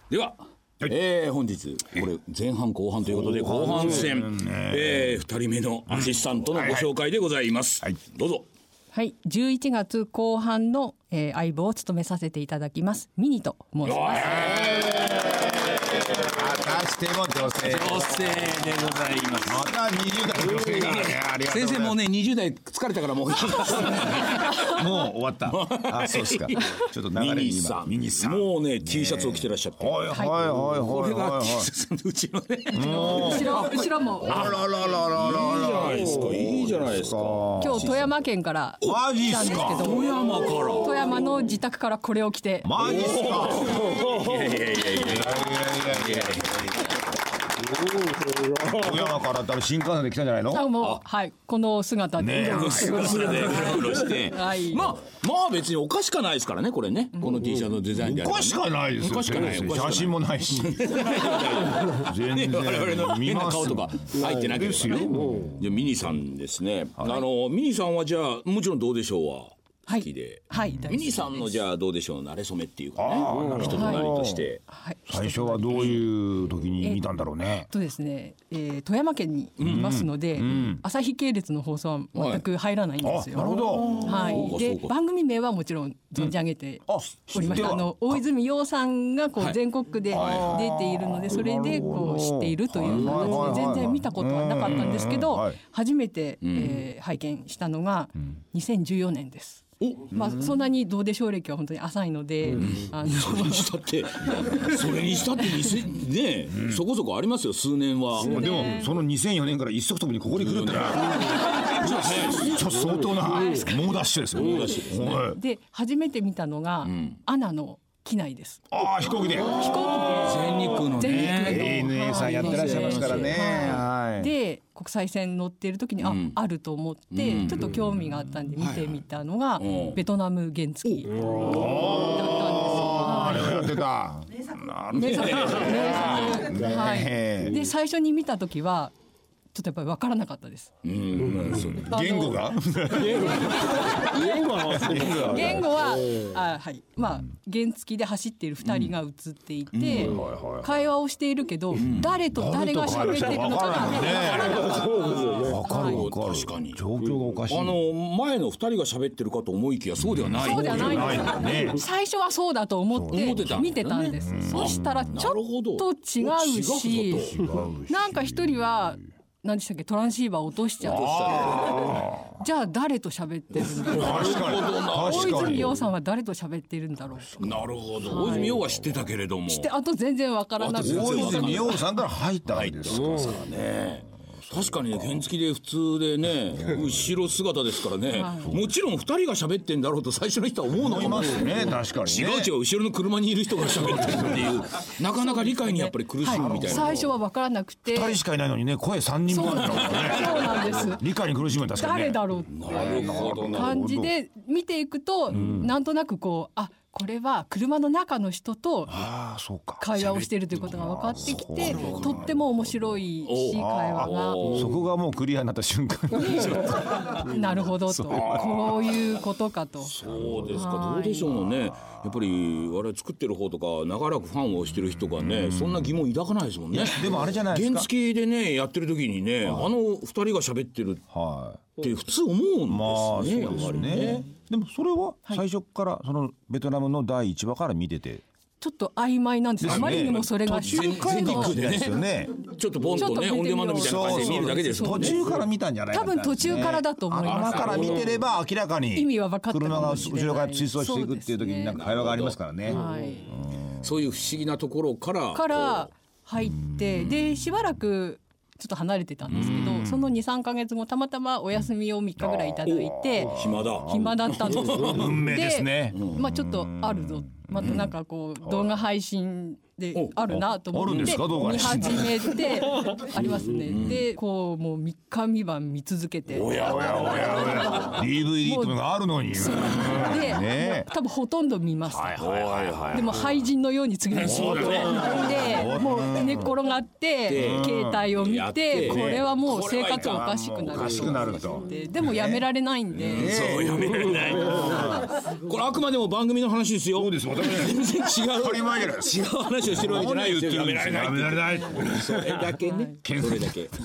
では、本日これ前半後半ということで、後半戦、2人目のアシスタントのご紹介でございます、どうぞ。 はい、11月後半の、相棒を務めさせていただきますミニと申します。 またしても女性でございます。 また20代の女性がね、ありがとうございます。 先生もうね20代疲れたからもうもう終わった。あ、そうですか。ちょっと流れに今ミニさんもうね T シャツを着てらっしゃって、 はいはいはいこれがはい T シャツのうちのね後ろもあらららららいいじゃないですか。 今日富山県からマジっ来たんですけすか。 ど、 富山から富山の自宅からこれを着て、 マジっすか。 いや富山からだったら新幹線で来たんじゃないの。 もうはいこの姿で、 それでうろうろしてはいまあ別におかしかないですからねこれね、この T シャツのデザインであればねおかしかないですよ。 おかしかない写真もないし。全然我々の変な顔とか入ってなければね。 ですよ。 じゃあミニさんですね、ミニさんはじゃあもちろんどうでしょうは好きで、 はいミニさんのじゃあどうでしょう馴れ初めっていうかね、人となりとして、 はい最初はどういう時に見たんだろうね。 とですね、富山県にいますので、朝日系列の放送は全く入らないんですよ。 なるほど。 はい、で番組名はもちろん存じ上げておりました。大泉洋さんがこう全国区で出ているので、それでこう知っているという形で全然見たことはなかったんですけど、初めて、拝見したのが2014年です。まあそんなにどうでしょう歴は本当に浅いので、 それにしたってね、そこそこありますよ数年は。 でもその2004年から一足飛びにここに来るってのはちょっと相当な猛ダッシュですよ。猛ダッシュですね。 で初めて見たのが、アナの機内です。 ああ飛行機で。 全日空のね ANA さんやってらっしゃいますからね。はい。 で国際線乗っている時にあると思って、ちょっと興味があったんで見てみたのが、ベトナム原付だったんですよ。 あれやってた。 名作はい。で最初に見た時はちょっとやっぱり分からなかったです。 言語が言語ははい、まあ原付で走っている2人が映っていて、会話をしているけど、誰と誰が喋っているのかが分からなかった。 分かる確かに状況がおかしい。 前の2人が喋ってるかと思いきやそうではない。 そうではないんです。最初はそうだと思って見てたんです。そしたらちょっと違うし、なんか一人は何でしたっけ、トランシーバー落としちゃって、じゃあ誰と喋ってるんだろう。大泉洋さんは誰と喋っているんだろうと。 なるほど。大泉洋は知ってたけれども、 あと全然わからなくて、 大泉洋さんから入ったわけですからね。確かにね、原付で普通でね、後ろ姿ですからね、もちろん2人が喋ってんだろうと最初の人は思うのかもしれない。 確かにね。 違う後ろの車にいる人が喋ってるっていうなかなか理解にやっぱり苦しむみたいな。 最初は分からなくて、 2人しかいないのにね、声3人分なんだろうね。 そうなんです。 理解に苦しむ。確かにね。 誰だろうって感じで見ていくと、なんとなくこう、これは車の中の人と会話をしているということが分かってきて、とっても面白いし、会話がそこがもうクリアになった瞬間になるほどと、こういうことかと。 そうですか。どうでしょうね。やっぱり我々作ってる方とか長らくファンをしてる人がね、そんな疑問抱かないですもんね。 でもあれじゃないですか、 原付でねやってる時にね、2人が喋ってるって普通思うんですね。やっぱりね。 でもそれは最初からそのベトナムの第1話から見てて、 ちょっと曖昧なんです。あまりにもそれが全日空でね、ちょっとボンとねオンデマンドみたいな感じで見るだけです。 途中から見たんじゃないか多分途中からだと思います。 頭から見てれば明らかに意味は分かったか車がもしれない。 後ろから追走していくっていう時になんか会話がありますからね。 そういう不思議なところから入って、でしばらくちょっと離れてたんですけど、その 2,3 ヶ月後たまたまお休みを3日ぐらいいただいて、暇だったんです。 運命ですね。 まあちょっとあるぞ、またなんかこう動画配信であるなと思って見始めて、ありますね。でこうもう3日3晩見続けて、 DVD とかがあるのにで多分ほとんど見ます。でも廃人のように次の日でもう寝っ転がって携帯を見て、これはもう生活おかしくなると。でもやめられないんで、 そうやめられない。 これあくまでも番組の話ですよ。 そうです私全然違う当たり前じゃないです違う話をしてるわけじゃないですよ。 やめられないやめられないそれだけね。それだけ。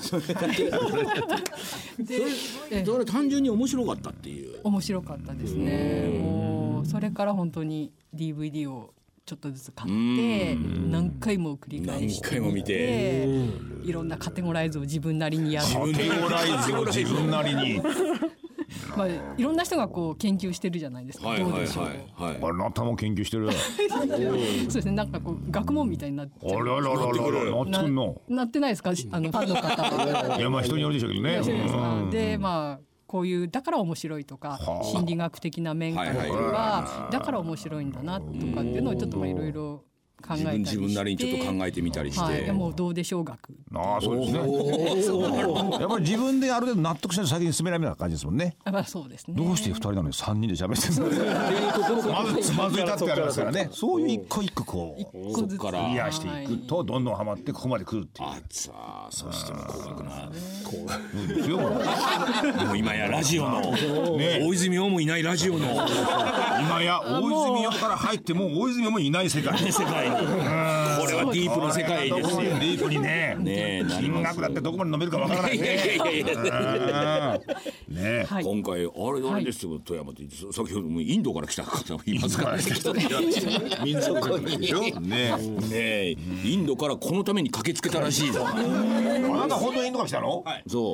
それ単純に面白かったっていう。 面白かったですね。もうそれから本当に DVD をちょっとずつ買って何回も繰り返して何回も見ていろんなカテゴライズを自分なりにやって、 カテゴライズを自分なりにまあ、いろんな人がこう研究してるじゃないですか。どうでしょう。 あなたも研究してるそうですね。なんかこう学問みたいになってあらららららなってんのなってないですか。ファンの方は。 いやまあ人によるでしょうけどねでまあこういうだから面白いとか心理学的な面からはだから面白いんだなとかっていうのをちょっといろいろ考えたりして、 自分なりにちょっと考えてみたりして、 はい、もうどうでしょう学。 ああそうですねやっぱり自分である程度納得して先に進めないみたいな感じですもんね。 まあそうですね。 どうして2人なのに3人で喋ってるのまずつまずいたってありますからね。そういう一個一個こうそっからクリアしていくとどんどんハマってここまで来るっていう。 あさあそしても高額なもう今やラジオの大泉洋もいないラジオの今や大泉洋から入ってもう大泉洋もいない世界世界にこれはディープの世界ですよ。 ディープにね金額だってどこまで飲めるかわからないね。 今回あれですよ富山って先ほどもインドから来た方もいますからね。民族でしょねインドからこのために駆けつけたらしいぞ。 あなた本当にインドから来たの？ そう。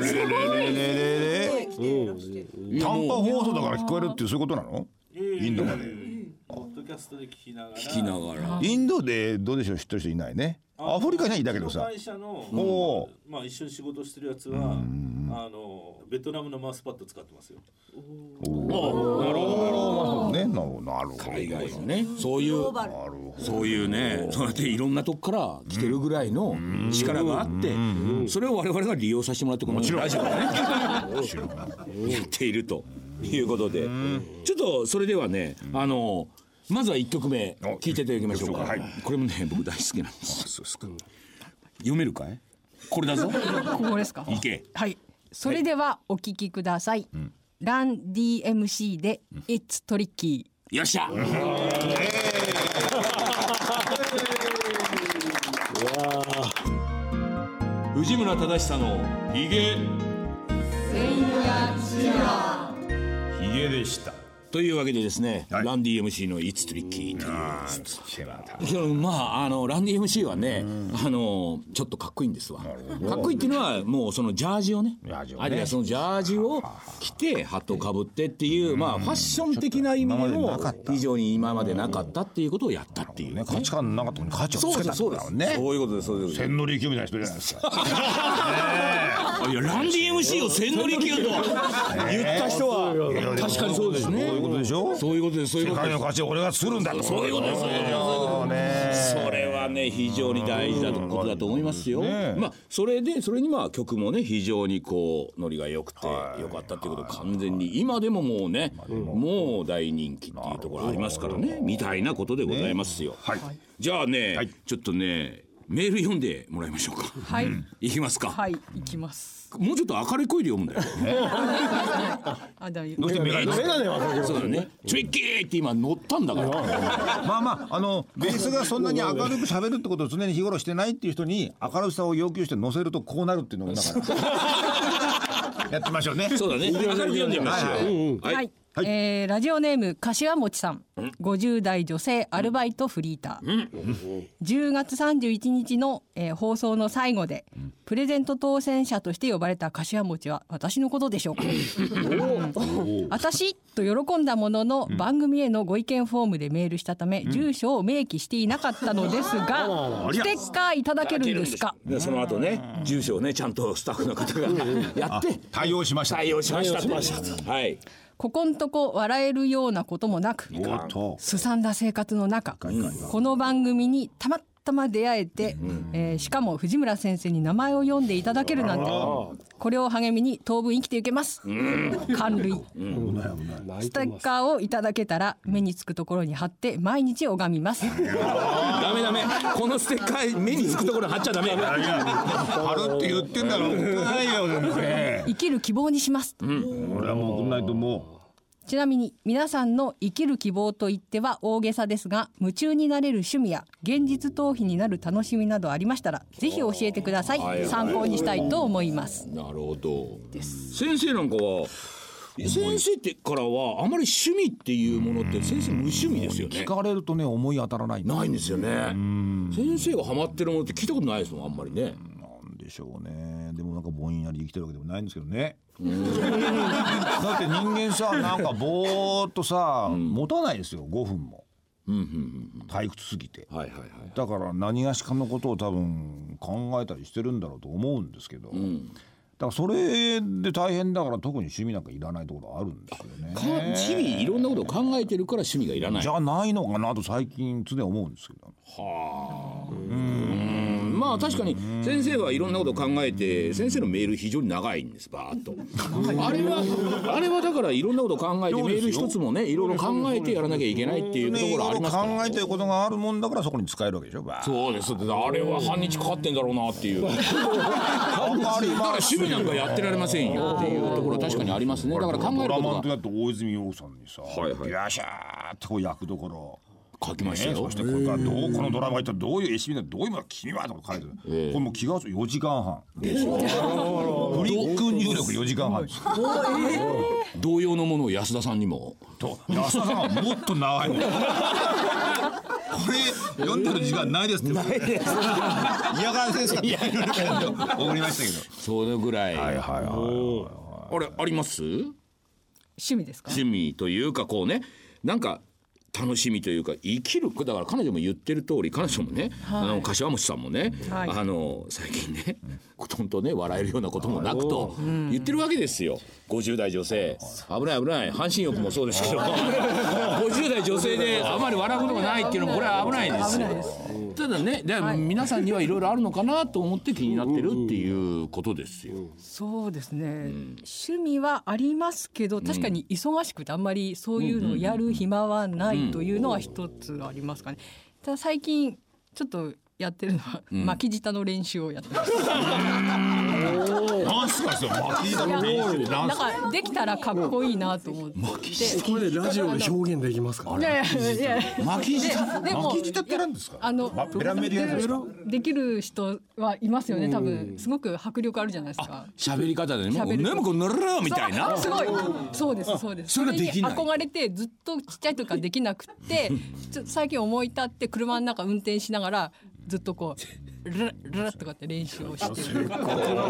短波放送だから聞こえるっていうそういうことなの？インドまで。 ポッドキャストで聞きながらインドでどうでしょう知ってる人いないね。アフリカにはいたけどさ会社の、まあ、一緒に仕事してるやつはベトナムのマウスパッド使ってますよ。 なるほどね。なるほど海外のねそういうねそうやっていろんなとこから来てるぐらいの力があってそれを我々が利用させてもらってこのラジオがねやっているということでちょっとそれではねまずは1曲目聴いていただきましょうか。これもね僕大好きなんです。読めるかい？これだぞ。 ここですか？ いけ。 はい。それではお聴きください。ラン DMC で It's Tricky。 よっしゃ。藤村忠久のヒゲヒゲでした。 というわけでですね、ランディ MC の It's Tricky まあランディ MC はね、ちょっとかっこいいんですわ。かっこいいっていうのはもうそのジャージをねアディダスのジャージを着てハットをかぶってっていうまあファッション的な意味でも非常に今までなかったっていうことをやったっていう、 価値観なかったのに価値をつけたんだろうね。 そういうことです。そういうことです。 千利休みたいな人じゃないですか。 いやランディ MC を千利休と言った人は確かにそうですね。 そういうことでしょ。 そういうことです。 世界の価値を俺が作るんだと。 そういうことです。それはね非常に大事なことだと思いますよ。まあそれにまあ曲もね非常にこうノリが良くて良かったっていうこと完全に今でももうねもう大人気っていうところありますからねみたいなことでございますよ。じゃあねちょっとねメール読んでもらいましょうか。はい。いきますか。 はい、いきます。もうちょっと明るい声で読むんだよ。 どうしてメガネはそうだね。トリッキーって今乗ったんだから。 まあベースがそんなに明るく喋るってことを常に日頃してないっていう人に明るさを要求して乗せるとこうなるっていうのをだからやってみましょうね。 そうだね。明るく読んでみましょう。 はい。ラジオネーム柏餅さん、50代女性アルバイトフリーター、10月31日の、放送の最後で、プレゼント当選者として呼ばれた柏餅は私のことでしょうか。私と喜んだものの、番組へのご意見フォームでメールしたため、住所を明記していなかったのですが、ステッカーいただけるんですか。 その後ね住所をねちゃんとスタッフの方がやって対応しましたはい。 ここんとこ笑えるようなこともなくすさんだ生活の中、この番組にたまたま出会えて、しかも藤村先生に名前を読んでいただけるなんて、これを励みに当分生きていけます。感涙。ステッカーをいただけたら目につくところに貼って毎日拝みます。 ダメこのステッカー目につくところに貼っちゃダメ。 貼るって言ってんだろ。ないよ全然。 生きる希望にします。 俺はもう送んないともうちなみに皆さんの生きる希望といっては大げさですが、夢中になれる趣味や現実逃避になる楽しみなどありましたらぜひ教えてください。参考にしたいと思います。 なるほど。先生なんかは先生ってからはあまり趣味っていうものって先生無趣味ですよね。 聞かれるとね思い当たらないないんですよね。先生がハマってるものって聞いたことないですもんあんまりね。 なんでしょうね。でもなんかぼんやり生きてるわけでもないんですけどね。だって人間さなんかぼーっとさ、持たないですよ5分も。退屈すぎて、だから何がしかのことを多分考えたりしてるんだろうと思うんですけど、だからそれで大変だから特に趣味なんかいらないところあるんですよね。 日々いろんなことを考えてるから趣味がいらないじゃないのかなと最近常に思うんですけど。 まあ確かに先生はいろんなことを考えて、先生のメール非常に長いんですバーッとあれはだからいろんなことを考えてメール一つもねいろいろ考えてやらなきゃいけないっていうところありますから、 考えてることがあるもんだからそこに使えるわけでしょ。 そうです。あれは半日かかってんだろうなっていうだから趣味なんかやってられませんよっていうところは確かにありますね。だから考えることがドラマンとやって大泉洋さんにさビャシャーってこう役どころ書きましたよ。 そしてこれからこのドラマがいったらどういう絵師みたいなどういうもの君はとか書いてる、これもう気が付く4時間半フリック入力4時間半です。 同様のものを安田さんにもと安田さんはもっと長いこれ読んでる時間ないですってないです嫌がらせですかって送りましたけどそれぐらい。あれあります？ 趣味ですか？ 趣味というかこうねなんか楽しみというか生きるだから彼女も言ってる通り彼女もね、柏餅さんもね、最近ね本当ね笑えるようなこともなくと言ってるわけですよ。50代女性危ない危ない半身浴もそうですけど50代女性であまり笑うことがないっていうのもこれは危ないですよ。ただね皆さんにはいろいろあるのかなと思って気になってるっていうことですよ。 そうですね、趣味はありますけど確かに忙しくてあんまりそういうのをやる暇はないというのは一つありますかね。ただ最近ちょっとやってるのは巻き舌の練習をやってます。 何すかそれ巻き舌の練習なんかできたらかっこいいなと思って。 これでラジオで表現できますか？ いや巻き舌って何ですか？ できる人はいますよね多分。すごく迫力あるじゃないですか。 喋り方でね「ねむこぬるる」みたいな。 すごいそうですそうです。 それができない。 憧れてずっとちっちゃい時からできなくってちょっと最近思い立って車の中運転しながらずっとこうルルルルとかって練習をしてる。 ラ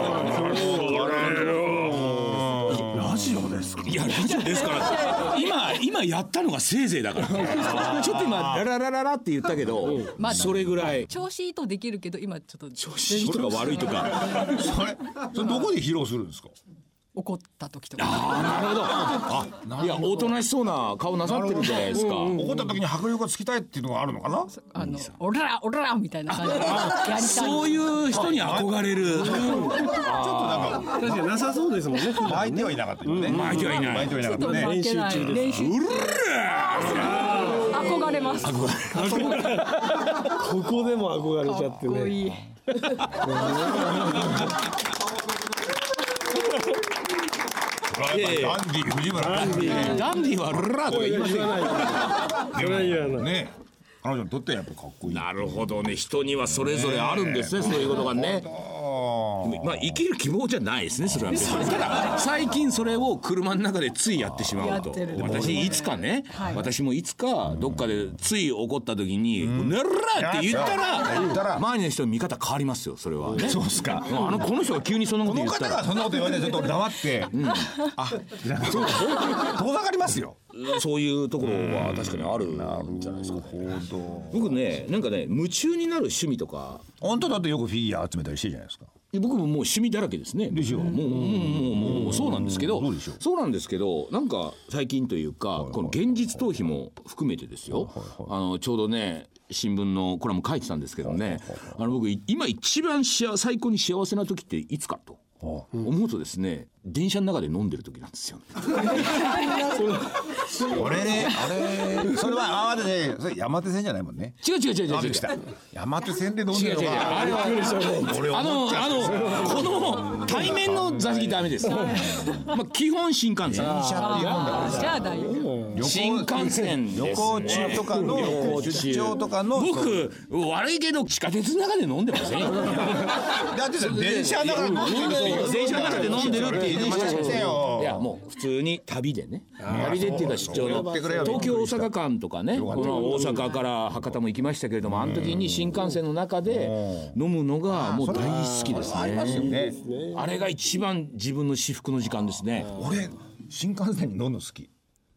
ジオですか？ いやラジオですから今やったのがせいぜいだからちょっと今ラララララって言ったけど、それぐらい調子いいとできるけど今ちょっと調子いいとか悪いとかそれどこで披露するんですか？ 怒った時とか。 なるほど。いやおとなしそうな顔なさってるじゃないですか。 怒った時に迫力がつきたいっていうのがあるのかな。 オラオラみたいな感じでやりたい。 そういう人に憧れる。 ちょっとなんか確かになさそうですもんね。 巻いてはいなかったよね。 巻いてはいない。 練習中です。 憧れます。 ここでも憧れちゃってね。 かっこいい。 ダンディ藤村ダンディはルラとか言いませんよ。 ね彼女にとってはやっぱかっこいい。 なるほどね。人にはそれぞれあるんですねそういうことがね。まあ生きる希望じゃないですねそれは別に。ただ最近それを車の中でついやってしまうと。私いつかね、私もいつかどっかでつい怒った時に「ぬら!」って言ったら周りの人の見方変わりますよそれはね。 そうですか。 この人が急にそんなこと言ったらこの方がそんなこと言われてちょっと黙って遠ざかりますよ。 そういうところは確かにあるんじゃないですか。僕ねなんかね夢中になる趣味とか。 本当だってよくフィギュア集めたりしてるじゃないですか。 僕ももう趣味だらけですね。でしょ。もうそうなんですけど。そうなんですけどなんか最近というかこの現実逃避も含めてですよ。ちょうどね新聞のコラム書いてたんですけどね僕今一番最高に幸せな時っていつかと思うとですね電車の中で飲んでる時なんですよ。 俺ねそれは待ってね、それ山手線じゃないもんね。 違う山手線で飲んでるのか。 あれはこの対面の座席ダメです。基本新幹線。 じゃあだよ。 新幹線ですね。 旅行中とかの出張とかの。 僕悪いけど地下鉄の中で飲んでませんよ。 だって電車の中で飲んでる。 電車の中で飲んでるって言ってましたよ。いやもう普通に旅でね。旅でっていうか出張の東京大阪間とかね。この大阪から博多も行きましたけれども、あの時に新幹線の中で飲むのがもう大好きですね。あれが一番自分の至福の時間ですね。 俺新幹線に乗るの好き。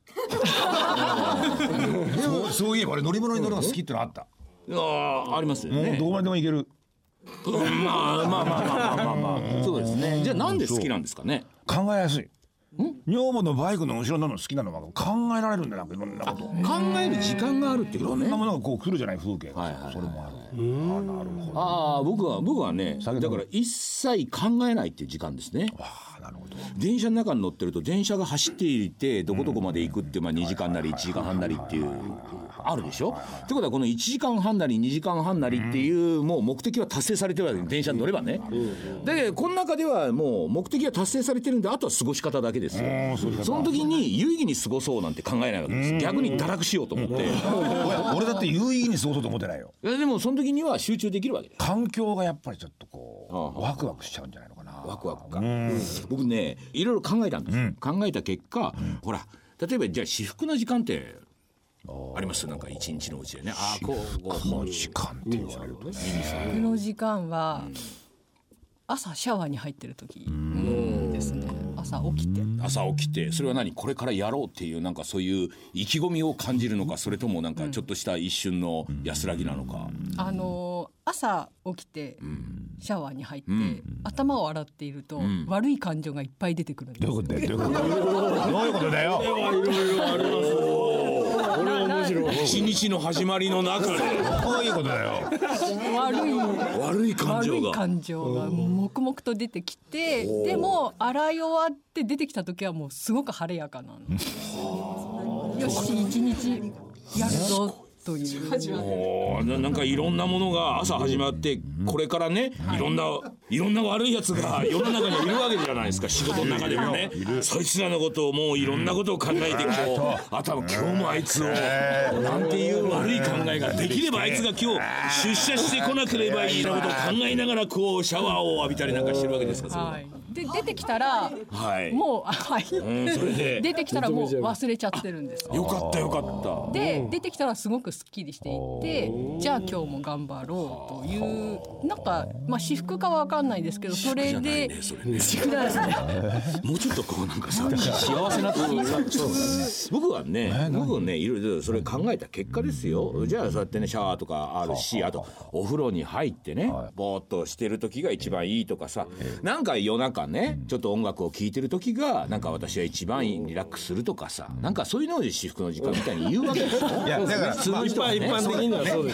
そういえば俺乗り物に乗るの好きってのあった。 ありますよね。 どこまででも行ける。 まあそうですね。じゃあなんで好きなんですかね。 考えやすい。女房のバイクの後ろに乗るの好きなのは考えられるんだな、いろんなこと。 考える時間があるってことね。 いろんなものがこう来るじゃない、風景。それもある。なるほど。 僕はね、だから一切考えないっていう時間ですね。 なるほど。 電車の中に乗ってると電車が走っていてどこどこまで行くって2時間なり1時間半なりっていうあるでしょ。ってことはこの1時間半なり2時間半なりっていうもう目的は達成されてるわけで、電車に乗ればね。だけどこの中ではもう目的は達成されてるんで、あとは過ごし方だけですよ。その時に有意義に過ごそうなんて考えないわけです。逆に堕落しようと思って。 俺だって有意義に過ごそうと思ってないよ。 でもその時には集中できるわけです。 環境がやっぱりちょっとこうワクワクしちゃうんじゃないのかな。 ワクワクか。僕ねいろいろ考えたんです。考えた結果、ほら例えばじゃあ至福な時間ってあります？なんか一日のうちでね。 至福の時間って言われるとね。 至福の時間は朝シャワーに入ってる時ですね。朝起きて、それは何、これからやろうっていうなんかそういう意気込みを感じるのか、それともなんかちょっとした一瞬の安らぎなのか。朝起きてシャワーに入って、頭を洗っていると、悪い感情がいっぱい出てくるんです。 どういうことだよ。 いろいろあります。これは面白い。 一日の始まりの中でこういうことだよ。 悪い感情が黙々と出てきて、でも洗い終わって出てきた時はもうすごく晴れやかなんです。よし一日やるぞというなんかいろんなものが朝始まって、これからね、いろんな悪いやつが世の中にいるわけじゃないですか。仕事の中でもね、そいつらのことをもういろんなことを考えて、こう頭今日もあいつをなんていう悪い考えができれば、あいつが今日出社してこなければいいなことを考えながらこうシャワーを浴びたりなんかしてるわけですか。 で出てきたら、もう、それで出てきたらもう忘れちゃってるんです。 よかったで出てきたらすごくすっきりしていて、じゃあ今日も頑張ろうというなんか、私服かは分かんないですけど、それで私服じゃないですね。もうちょっとこうなんかさ幸せな僕はねいろいろそれ考えた結果ですよ。じゃあそうやってねシャワーとかあるし、あとお風呂に入ってねぼーっとしてる時が一番いいとかさ、なんか夜中ねちょっと音楽を聴いてる時がなんか私は一番リラックスするとかさ、なんかそういうのを至福の時間みたいに言うわけですよ。 いやだから普通の人はね、一般的にはそうです。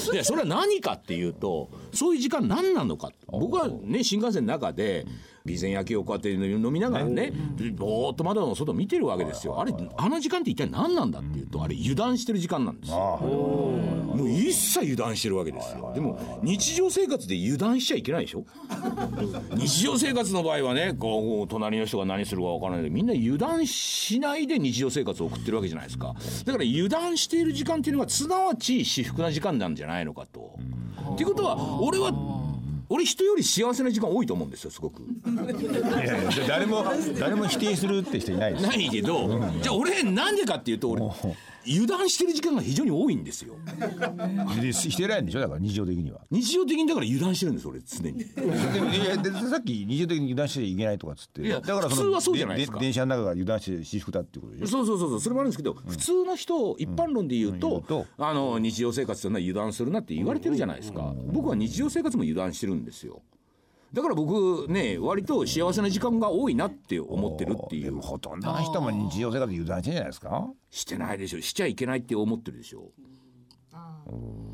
いやそれは何かっていうと、そういう時間何なのか。僕はね新幹線の中で備前焼きをこうやって飲みながらね、ぼーっと窓の外見てるわけですよ。あの時間って一体何なんだっていうと、あれ油断してる時間なんですよ。もう一切油断してるわけですよ。でも日常生活で油断しちゃいけないでしょ。日常生活の場合はね、こう隣の人が何するか分からないで、みんな油断しないで日常生活を送ってるわけじゃないですか。だから油断している時間っていうのはすなわち至福な時間なんじゃないのかと。っていうことは俺人より幸せな時間多いと思うんですよ、すごく。 いや誰も否定するって人いないです。 ないけど、じゃあ俺なんでかっていうと、俺油断してる時間が非常に多いんですよ。 してないんでしょ。だから日常的にはだから油断してるんです俺常に。 でさっき日常的に油断しちゃいけないとかっつって、 だから普通はそうじゃないですか。 電車の中が油断して私服だっていうことでしょ。 そうそれもあるんですけど、普通の人一般論で言うと、日常生活というのは油断するなって言われてるじゃないですか。僕は日常生活も油断してるんですよ。だから僕ね割と幸せな時間が多いなって思ってるっていう。 でもほとんどの人も日常生活で油断してんじゃないですか。 してないでしょ。しちゃいけないって思ってるでしょ。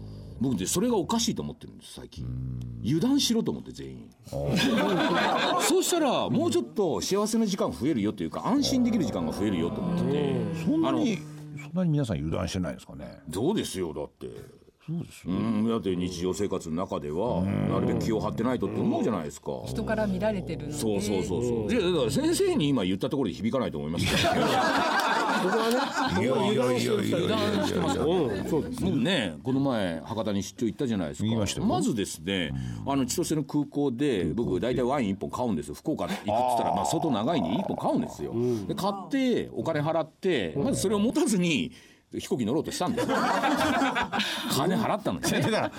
僕でそれがおかしいと思ってるんです最近。油断しろと思って全員そうしたらもうちょっと幸せな時間増えるよというか安心できる時間が増えるよと思ってて、 そんなに皆さん油断してないですかね。 そうですよ。だってそうですよ、だって日常生活の中ではなるべく気を張ってないとって思うじゃないですか。 人から見られてるので。 そうでだから先生に今言ったところで響かないと思いますけど僕はね油断してますからね。そうですね。この前博多に出張行ったじゃないですか。まずですね千歳の空港で僕大体ワイン1本買うんですよ。福岡行くって言ったら相当長いんで1本買うんですよ。で買ってお金払ってまずそれを持たずに飛行機乗ろうとしたんだよ金払ったのにね。だから、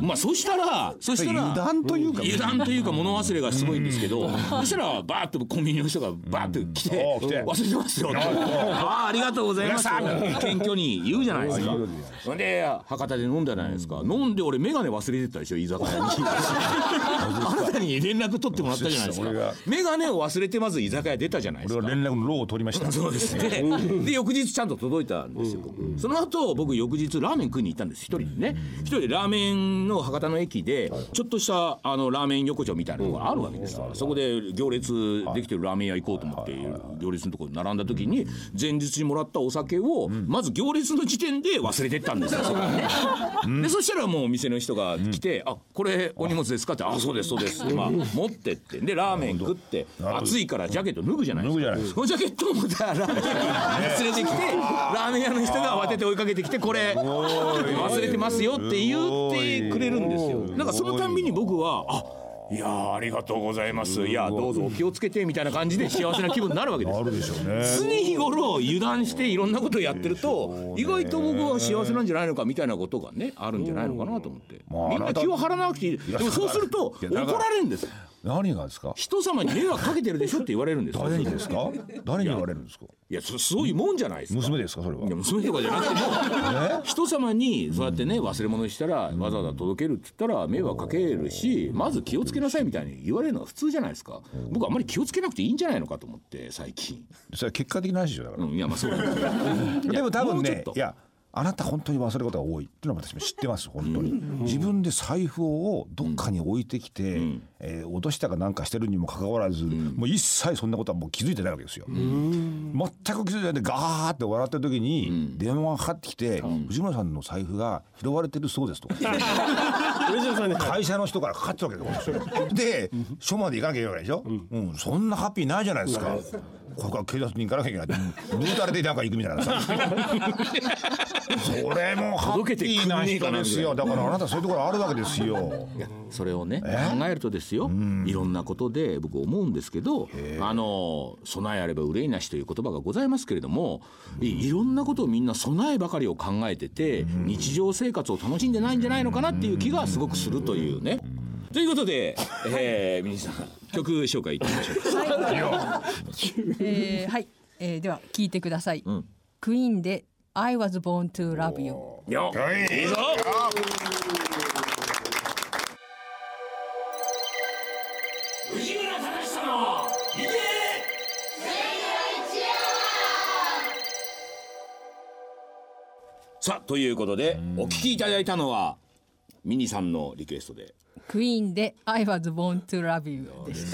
そしたら油断というか物忘れがすごいんですけどそしたらバーッとコンビニの人がバーッと来て忘れてますよありがとうございます謙虚に言うじゃないですか。それで博多で飲んだじゃないですか。飲んで俺メガネ忘れてたでしょ居酒屋にあなたに連絡取ってもらったじゃないですか。メガネを忘れてまず居酒屋出たじゃないですか。 俺は連絡のローを取りました。 そうですねで翌日ちゃんと届いたんですよ。その後僕翌日ラーメン食いに行ったんです。一人でね一人でラーメンの博多の駅でちょっとしたラーメン横丁みたいなのがあるわけですからそこで行列できてるラーメン屋行こうと思って行列のところに並んだ時に前日にもらったお酒をまず行列の時点で忘れてったんですよそこにねでそしたらもう店の人が来てあこれお荷物ですかってあそうですそうですって持ってってでラーメン食って暑いからジャケット脱ぐじゃないですか。そのジャケットをまたラーメン屋に連れてきてラーメン屋の人が慌てて追いかけてきてこれ忘れてますよって言ってくれるんですよ。なんかそのたんびに僕はいやありがとうございますいやどうぞお気をつけてみたいな感じで幸せな気分になるわけです。 あるでしょうね。 常日頃油断していろんなことをやってると意外と僕は幸せなんじゃないのかみたいなことがねあるんじゃないのかなと思ってみんな気を張らなくていい。でもそうすると怒られるんです。 何がですか。 人様に迷惑かけてるでしょって言われるんです。 誰にですか。誰に言われるんですか。 いやそういうもんじゃないですか。 娘ですかそれは。 いや娘とかじゃなくても人様にそうやってね忘れ物したらわざわざ届けるって言ったら迷惑かけるしまず気をつけなさいみたいに言われるのは普通じゃないですか。僕はあんまり気をつけなくていいんじゃないのかと思って最近。 それは結果的な話でしょだから。 いやそうなんですでも多分ねいやあなた本当に忘れることが多いっていうのは私も知ってます本当に。自分で財布をどっかに置いてきて、落としたかなんかしてるにもかかわらず、もう一切そんなことはもう気づいてないわけですよ。全く気づいてないでガーって笑ってる時に電話がかかってきて、藤村さんの財布が拾われてるそうですと会社の人からかかってるわけですよ。で署まで行かなきゃいけないでしょ、そんなハッピーないじゃないですか。ここは警察に行かなきゃいけないブータレでなんか行くみたいなさそれもハッピーな人ですよ。だからあなたそういうところあるわけですよ。 いやそれをね考えるとですよ、いろんなことで僕思うんですけど備えあれば憂いなしという言葉がございますけれども いろんなことをみんな備えばかりを考えてて日常生活を楽しんでないんじゃないのかなっていう気がすごくするというね。ということで、ミニさん曲紹介いってみましょうか。 はい、では聴いてください、クイーンで I was born to love you。 よいいぞ。藤村隆久のいけさあということでお聴きいただいたのはミニさんのリクエストでクイーンで I was born to love you でした。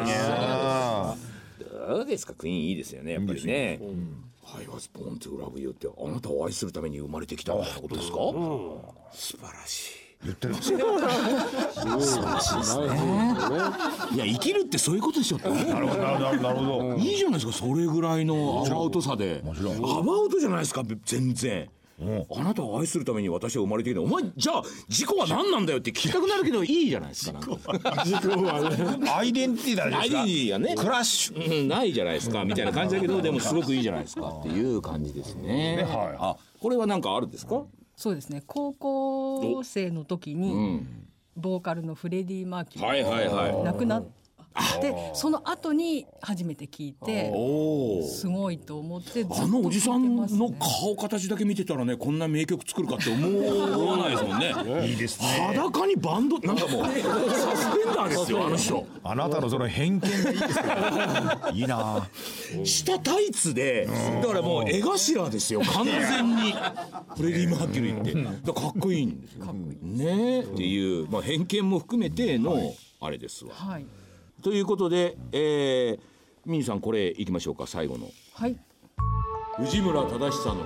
どうですかクイーンいいですよねやっぱりね。I was born to love you ってあなたを愛するために生まれてきたってことですか。素晴らしい。言ってるんですよ。素晴らしいですね。いや生きるってそういうことでしょって。なるほど。いいじゃないですかそれぐらいのアバウトさで。アバウトじゃないですか全然。あなたを愛するために私は生まれてきた。お前じゃあ自己は何なんだよって聞きたくなるけどいいじゃないですか。自己はねアイデンティティだね。アイデンティティがねクラッシュ、ないじゃないですかみたいな感じだけどでもすごくいいじゃないですかっていう感じですね。あこれは何かあるんですか。 そうですね高校生の時にボーカルのフレディ・マーキュリー亡くなっでその後に初めて聞いてすごいと思ってずっと聞いてますね。 あのおじさんの顔形だけ見てたらねこんな名曲作るかって思わないですもんね。 いいですね。 裸にバンドなんかもうサスペンダーですよあの人。 あなたのその偏見がいいですからいいな。 下タイツでだからもう絵頭ですよ完全にフレディ・マーキュリーってだからかっこいいんですよねっていう、まあ、偏見も含めてのあれですわ、 はい、 ということで、ミニさんこれいきましょうか最後の、 はい、 藤村忠久の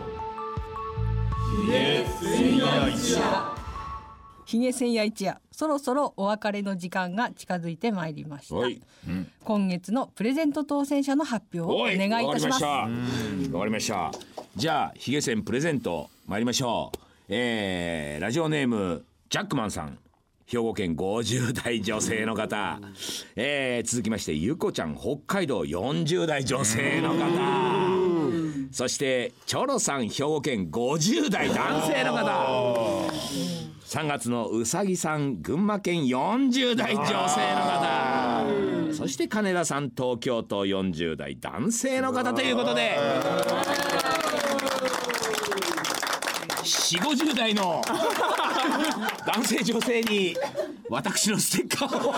ひげ千夜一夜、そろそろお別れの時間が近づいてまいりました、 はい、 今月のプレゼント当選者の発表をお願いいたします。 わかりました。じゃあひげ千プレゼント参りましょう。ラジオネームジャックマンさん、兵庫県50代女性の方、続きましてゆこちゃん北海道40代女性の方、そしてチョロさん兵庫県50代男性の方、3月のうさぎさん群馬県40代女性の方、そして金田さん東京都40代男性の方ということで4、50代の男性女性に私のステッカーを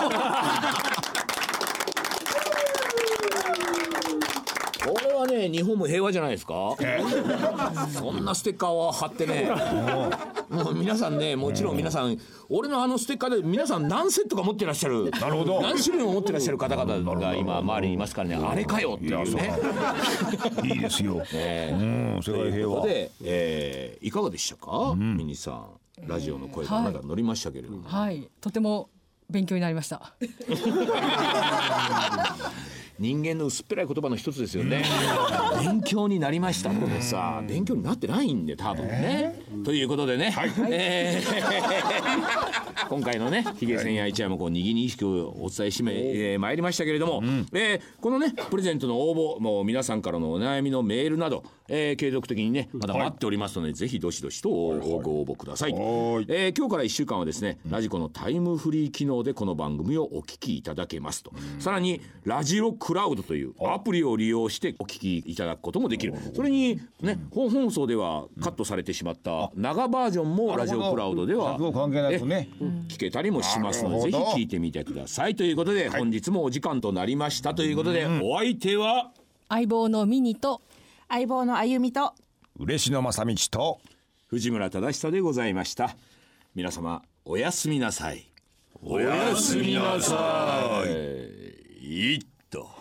これはね日本も平和じゃないですか。そんなステッカーを貼ってねもう皆さんねもちろん皆さん俺のあのステッカーで皆さん何セットか持ってらっしゃる、 なるほど、 何種類も持ってらっしゃる方々が今周りにいますからね、あれかよっていうね。 いいですよ、世界平和で、いかがでしたか、ミニさんラジオの声がまだ乗りましたけれども、 はい、とても勉強になりました。 人間の薄っぺらい言葉の一つですよね。勉強になりましたのでさ、勉強になってないんで多分ね、ということでね、今回のねひげ千夜一夜もこうにぎにぎしくお伝えしてまいりましたけれども、このねプレゼントの応募も皆さんからのお悩みのメールなど、継続的にねまだ待っておりますので、ぜひどしどしとご応募ください。今日から1週間はですね、ラジコのタイムフリー機能でこの番組をお聞きいただけますと、さらにラジオクラウドというアプリを利用してお聞きいただくこともできる。それにね本放送ではカットされてしまった長バージョンもラジオクラウドでは聞けたりもしますので、ぜひ聞いてみてくださいということで、本日もお時間となりましたということで、お相手は相棒のミニと相棒のあゆみと嬉野正道と藤村忠久でございました。皆様おやすみなさい。おやすみなさい。いっと。